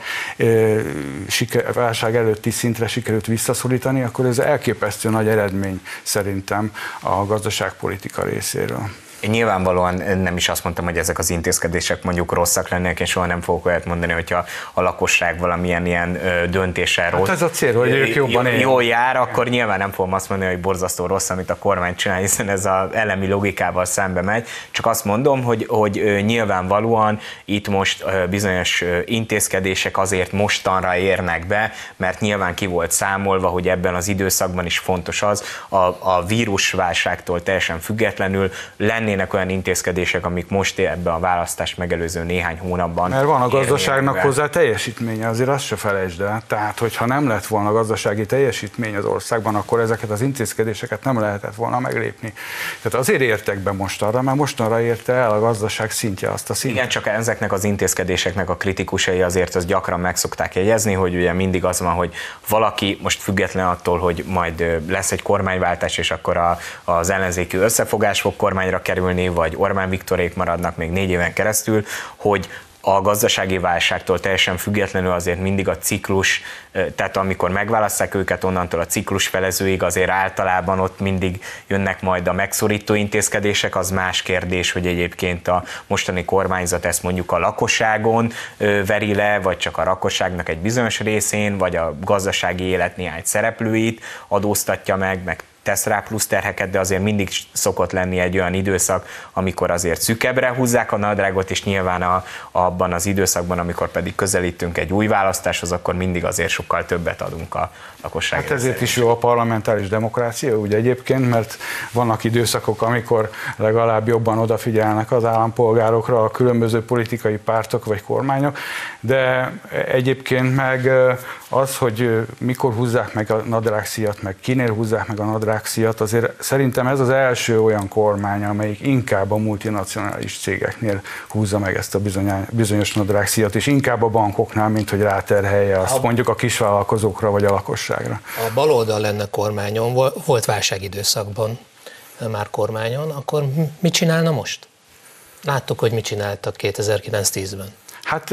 a válság előtti szintre sikerült visszaszorítani, akkor ez elképesztő nagy eredmény szerintem a gazdaságpolitika részéről. Én nyilvánvalóan nem is azt mondtam, hogy ezek az intézkedések mondjuk rosszak lennének, én soha nem fogok olyat mondani, hogyha a lakosság valamilyen ilyen döntéssel rossz. Hát ez a cél, hogy ők jobban élnek. Jól jár, akkor nyilván nem fogom azt mondani, hogy borzasztó rossz, amit a kormány csinál, hiszen ez az elemi logikával szembe megy. Csak azt mondom, hogy, hogy nyilvánvalóan itt most bizonyos intézkedések azért mostanra érnek be, mert nyilván ki volt számolva, hogy ebben az időszakban is fontos az, a, a vírusválságtól teljesen függetlenül lennének olyan intézkedések, amik most ebben a választást megelőző néhány hónapban. Mert van a gazdaságnak hozzá teljesítménye, azért azt se felejtsd el. Tehát, hogyha nem lett volna gazdasági teljesítmény az országban, akkor ezeket az intézkedéseket nem lehetett volna meglépni. Tehát azért értek be mostanra, mert mostanra érte el a gazdaság szintje azt a szintet. Igen, csak ezeknek az intézkedéseknek a kritikusai azért az gyakran meg szokták jegyezni, hogy ugye mindig az van, hogy valaki most független attól, hogy majd lesz egy kormányváltás, és akkor a, az ellenzéki összefogás fog kormányra kerülni, vagy Orbán Viktorék maradnak még négy éven keresztül, hogy a gazdasági válságtól teljesen függetlenül azért mindig a ciklus, tehát amikor megválasztják őket, onnantól a ciklus felezőig azért általában ott mindig jönnek majd a megszorító intézkedések, az más kérdés, hogy egyébként a mostani kormányzat ezt mondjuk a lakosságon veri le, vagy csak a lakosságnak egy bizonyos részén, vagy a gazdasági élet néhány szereplőit adóztatja meg, meg tesz rá plusz terheket, de azért mindig szokott lenni egy olyan időszak, amikor azért szükebbre húzzák a nadrágot, és nyilván a, abban az időszakban, amikor pedig közelítünk egy új választáshoz, akkor mindig azért sokkal többet adunk a lakosság. Hát ezért is jó a parlamentáris demokrácia, ugye egyébként, mert vannak időszakok, amikor legalább jobban odafigyelnek az állampolgárokra a különböző politikai pártok vagy kormányok, de egyébként meg az, hogy mikor húzzák meg a nadrágszíjat, meg kinél húzzák meg a nadrágszíjat, azért szerintem ez az első olyan kormány, amelyik inkább a multinacionális cégeknél húzza meg ezt a bizonyos nadrágszíjat, és inkább a bankoknál, mint hogy ráterhelje azt mondjuk a kisvállalkozókra vagy a lakosságra. A baloldal lenne kormányon, volt válságidőszakban már kormányon, akkor mit csinálna most? Láttuk, hogy mit csináltak kétezer-kilenc-tízben. Hát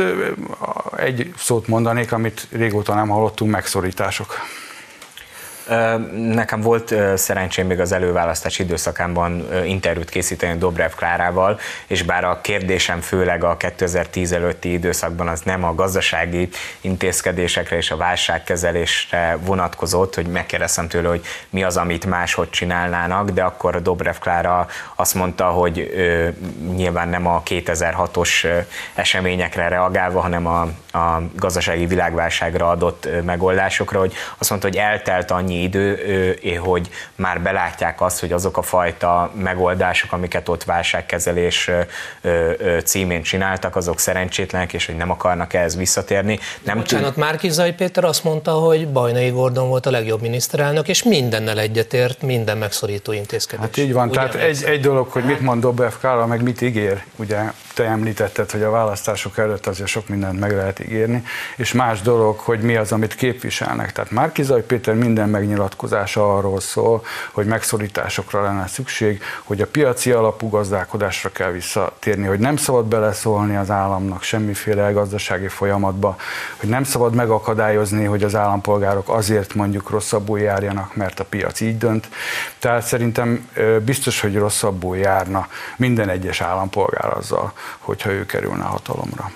egy szót mondanék, amit régóta nem hallottunk, megszorítások. Nekem volt szerencsém még az előválasztási időszakámban interjút készíteni Dobrev Klárával, és bár a kérdésem főleg a kétezer-tíz előtti időszakban az nem a gazdasági intézkedésekre és a válságkezelésre vonatkozott, hogy megkérdeztem tőle, hogy mi az, amit máshogy csinálnának, de akkor Dobrev Klára azt mondta, hogy ő, nyilván nem a kétezer-hatos eseményekre reagálva, hanem a, a gazdasági világválságra adott megoldásokra, hogy azt mondta, hogy eltelt annyi idő, hogy már belátják azt, hogy azok a fajta megoldások, amiket ott válságkezelés címén csináltak, azok szerencsétlenek, és hogy nem akarnak ehhez visszatérni. Nem Bocsánat, Márki-Zay Péter azt mondta, hogy Bajnai Gordon volt a legjobb miniszterelnök, és mindennel egyetért, minden megszorító intézkedés. Hát így van, Ugyan tehát egy, egy dolog, hogy mit mond Dobrev Klára, meg mit ígér, ugye te említetted, hogy a választások előtt azért sok mindent meg lehet ígérni, és más dolog, hogy mi az, amit képviselnek. Tehát Márki-Zay Péter minden megnyilatkozása arról szól, hogy megszorításokra lenne szükség, hogy a piaci alapú gazdálkodásra kell visszatérni, hogy nem szabad beleszólni az államnak semmiféle gazdasági folyamatba, hogy nem szabad megakadályozni, hogy az állampolgárok azért mondjuk rosszabbul járjanak, mert a piac így dönt. Tehát szerintem biztos, hogy rosszabbul járna minden egyes állampolgár azzal, hogyha ő kerülne a hatalomra.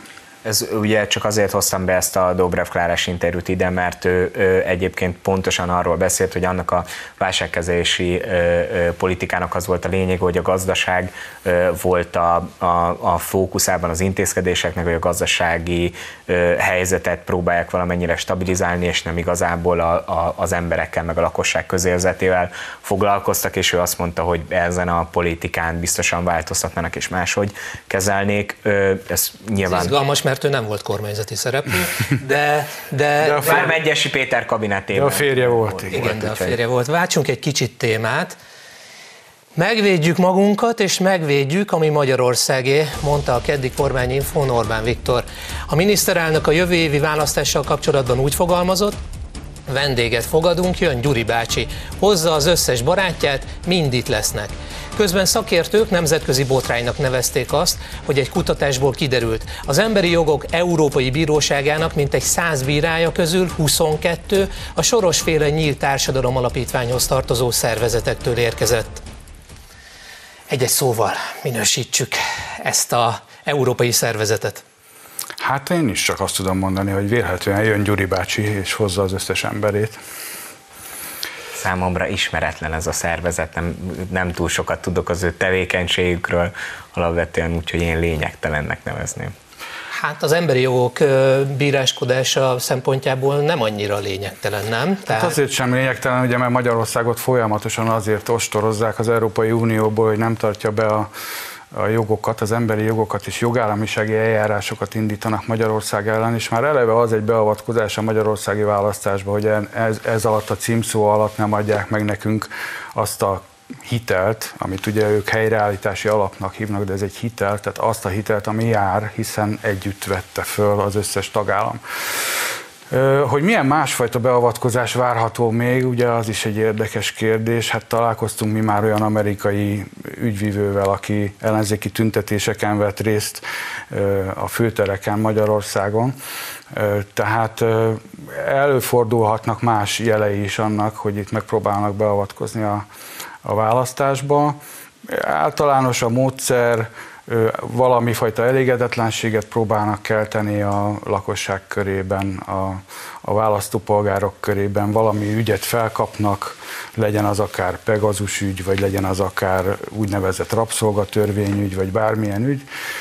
Ez ugye csak azért hoztam be ezt a Dobrev Klárás interjút ide, mert ő, ő egyébként pontosan arról beszélt, hogy annak a válságkezelési ö, ö, politikának az volt a lényeg, hogy a gazdaság ö, volt a, a, a fókuszában az intézkedéseknek, hogy a gazdasági ö, helyzetet próbálják valamennyire stabilizálni, és nem igazából a, a, az emberekkel, meg a lakosság közérzetével foglalkoztak, és ő azt mondta, hogy ezen a politikán biztosan változtatnának, és máshogy kezelnék. Ö, ez nyilván... Ez izgalmas, mert ő nem volt kormányzati szereplő, de... de, de a fér... Már Megyesi Péter kabinetében. De a férje volt. Igen, volt, de a férje volt. Váltsunk egy kicsit témát. Megvédjük magunkat, és megvédjük, ami Magyarországé, mondta a keddi kormányinfón Orbán Viktor. A miniszterelnök a jövő évi választással kapcsolatban úgy fogalmazott: vendéget fogadunk, jön Gyuri bácsi, hozza az összes barátját, mind itt lesznek. Közben szakértők nemzetközi botránynak nevezték azt, hogy egy kutatásból kiderült, az Emberi Jogok Európai Bíróságának mintegy száz bírája közül huszonkettő a Soros-féle Nyílt Társadalom Alapítványhoz tartozó szervezetektől érkezett. Egy-egy szóval minősítsük ezt az európai szervezetet. Hát én is csak azt tudom mondani, hogy vélhetően jön Gyuri bácsi és hozza az összes emberét. Számomra ismeretlen ez a szervezet, nem, nem túl sokat tudok az ő tevékenységükről, alapvetően úgyhogy én lényegtelennek nevezném. Hát az emberi jogok bíráskodása szempontjából nem annyira lényegtelen, nem? Tehát... Hát azért sem lényegtelen, ugye, mert Magyarországot folyamatosan azért ostorozzák az Európai Unióból, hogy nem tartja be a a jogokat, az emberi jogokat és jogállamisági eljárásokat indítanak Magyarország ellen, és már eleve az egy beavatkozás a magyarországi választásba, hogy ez, ez alatt a címszó alatt nem adják meg nekünk azt a hitelt, amit ugye ők helyreállítási alapnak hívnak, de ez egy hitel, tehát azt a hitelt, ami jár, hiszen együtt vette föl az összes tagállam. Hogy milyen másfajta beavatkozás várható még, ugye az is egy érdekes kérdés. Hát találkoztunk mi már olyan amerikai ügyvivővel, aki ellenzéki tüntetéseken vett részt a főtereken Magyarországon. Tehát előfordulhatnak más jelei is annak, hogy itt megpróbálnak beavatkozni a, a választásba. Általános a módszer, valami fajta elégedetlenséget próbálnak kelteni a lakosság körében, a, a választópolgárok körében, valami ügyet felkapnak, legyen az akár Pegazus ügy, vagy legyen az akár úgynevezett rabszolgatörvényügy, vagy bármilyen ügy.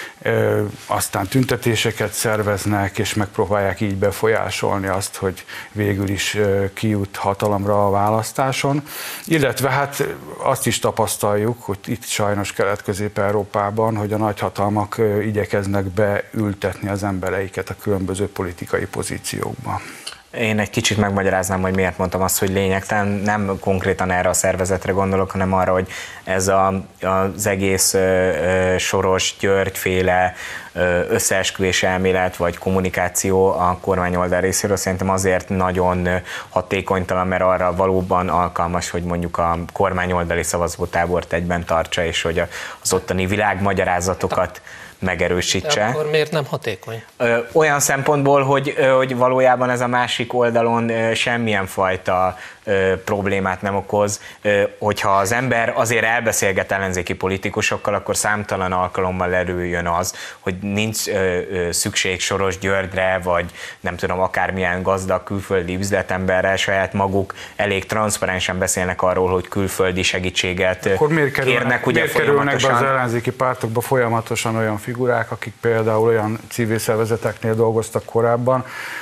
Aztán tüntetéseket szerveznek, és megpróbálják így befolyásolni azt, hogy végül is kijut hatalomra a választáson. Illetve hát azt is tapasztaljuk, hogy itt sajnos Kelet-Közép-Európában, hogy a nagyhatalmak igyekeznek beültetni az embereiket a különböző politikai pozíciókba. Én egy kicsit megmagyaráznám, hogy miért mondtam azt, hogy lényegtelen, nem konkrétan erre a szervezetre gondolok, hanem arra, hogy ez a, az egész ö, ö, Soros György-féle összeesküvés elmélet vagy kommunikáció a kormányoldal részéről szerintem azért nagyon hatékonytalan, mert arra valóban alkalmas, hogy mondjuk a kormányoldali szavazótábort egyben tartsa, és hogy az ottani világmagyarázatokat megerősítse. De akkor miért nem hatékony? Olyan szempontból, hogy, hogy valójában ez a másik oldalon semmilyen fajta problémát nem okoz. Hogyha az ember azért elbeszélget ellenzéki politikusokkal, akkor számtalan alkalommal előjön az, hogy nincs szükség Soros Györgyre, vagy nem tudom, akármilyen gazdag külföldi üzletemberre, saját maguk elég transzparensen beszélnek arról, hogy külföldi segítséget akkor miért kerülnek, kérnek. Ugye miért kerülnek be az ellenzéki pártokba folyamatosan olyan figurák, akik például olyan civil szervezeteknél dolgoztak korábban,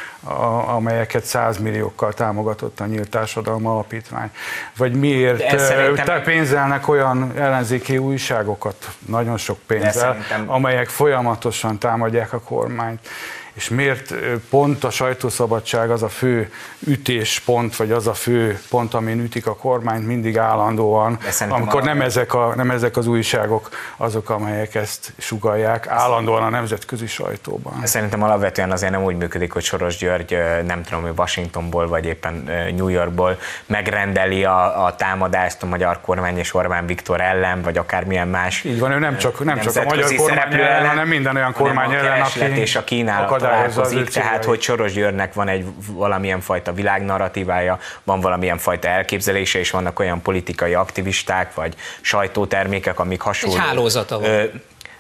a, amelyeket százmilliókkal támogatott a Nyílt Társadalom Alapítvány. Vagy miért szerintem... pénzelnek olyan ellenzéki újságokat, nagyon sok pénzzel, szerintem... amelyek folyamatosan támadják a kormányt. És miért pont a sajtószabadság az a fő ütéspont, vagy az a fő pont, amin ütik a kormányt mindig állandóan, amikor nem ezek, a, nem ezek az újságok azok, amelyek ezt sugallják állandóan a nemzetközi sajtóban. Szerintem alapvetően azért nem úgy működik, hogy Soros György, nem tudom, hogy Washingtonból, vagy éppen New Yorkból megrendeli a, a támadást a magyar kormány és Orbán Viktor ellen, vagy akármilyen más. Így van, ő nem csak, nem csak a magyar kormány ellen, hanem minden olyan kormány ellen, aki és a kínálat találkozik, tehát hogy Soros Györgynek van egy valamilyen fajta világnarratívája, van valamilyen fajta elképzelése, és vannak olyan politikai aktivisták, vagy sajtótermékek, amik hasonló. Egy hálózata van.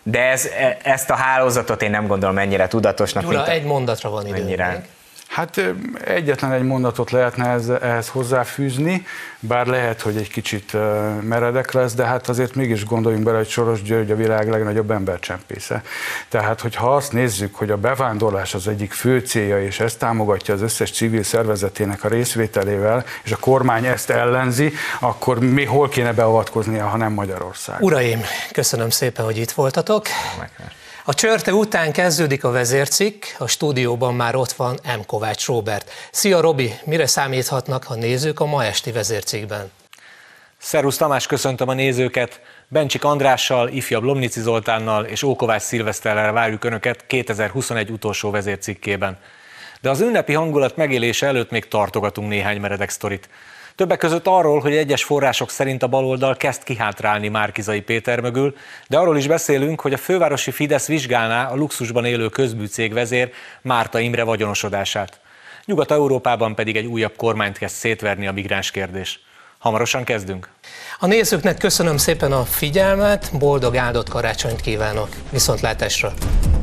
de ez, ezt a hálózatot én nem gondolom ennyire tudatosnak. Gyula, egy mondatra van idő. Hát egyetlen egy mondatot lehetne ehhez, ehhez hozzáfűzni, bár lehet, hogy egy kicsit meredek lesz, de hát azért mégis gondoljunk bele, hogy Soros György a világ legnagyobb embercsempésze. Tehát, hogyha azt nézzük, hogy a bevándorlás az egyik fő célja, és ezt támogatja az összes civil szervezetének a részvételével, és a kormány ezt ellenzi, akkor mi hol kéne beavatkoznia, ha nem Magyarország? Uraim, köszönöm szépen, hogy itt voltatok. A Csörte után kezdődik a vezércikk, a stúdióban már ott van M. Kovács Róbert. Szia Robi, mire számíthatnak a nézők a ma esti vezércikkben? Szervusz Tamás, köszöntöm a nézőket! Bencsik Andrással, ifjabb Lomnici Zoltánnal és Ókovács Szilveszterrel várjuk Önöket kétezer-huszonegy utolsó vezércikkében. De az ünnepi hangulat megélése előtt még tartogatunk néhány meredek sztorit. Többek között arról, hogy egyes források szerint a baloldal kezd kihátrálni Márki-Zay Péter mögül, de arról is beszélünk, hogy a fővárosi Fidesz vizsgálná a luxusban élő közműcég vezér Márta Imre vagyonosodását. Nyugat-Európában pedig egy újabb kormányt kezd szétverni a migráns kérdés. Hamarosan kezdünk. A nézőknek köszönöm szépen a figyelmet, boldog áldott karácsonyt kívánok. Viszontlátásra!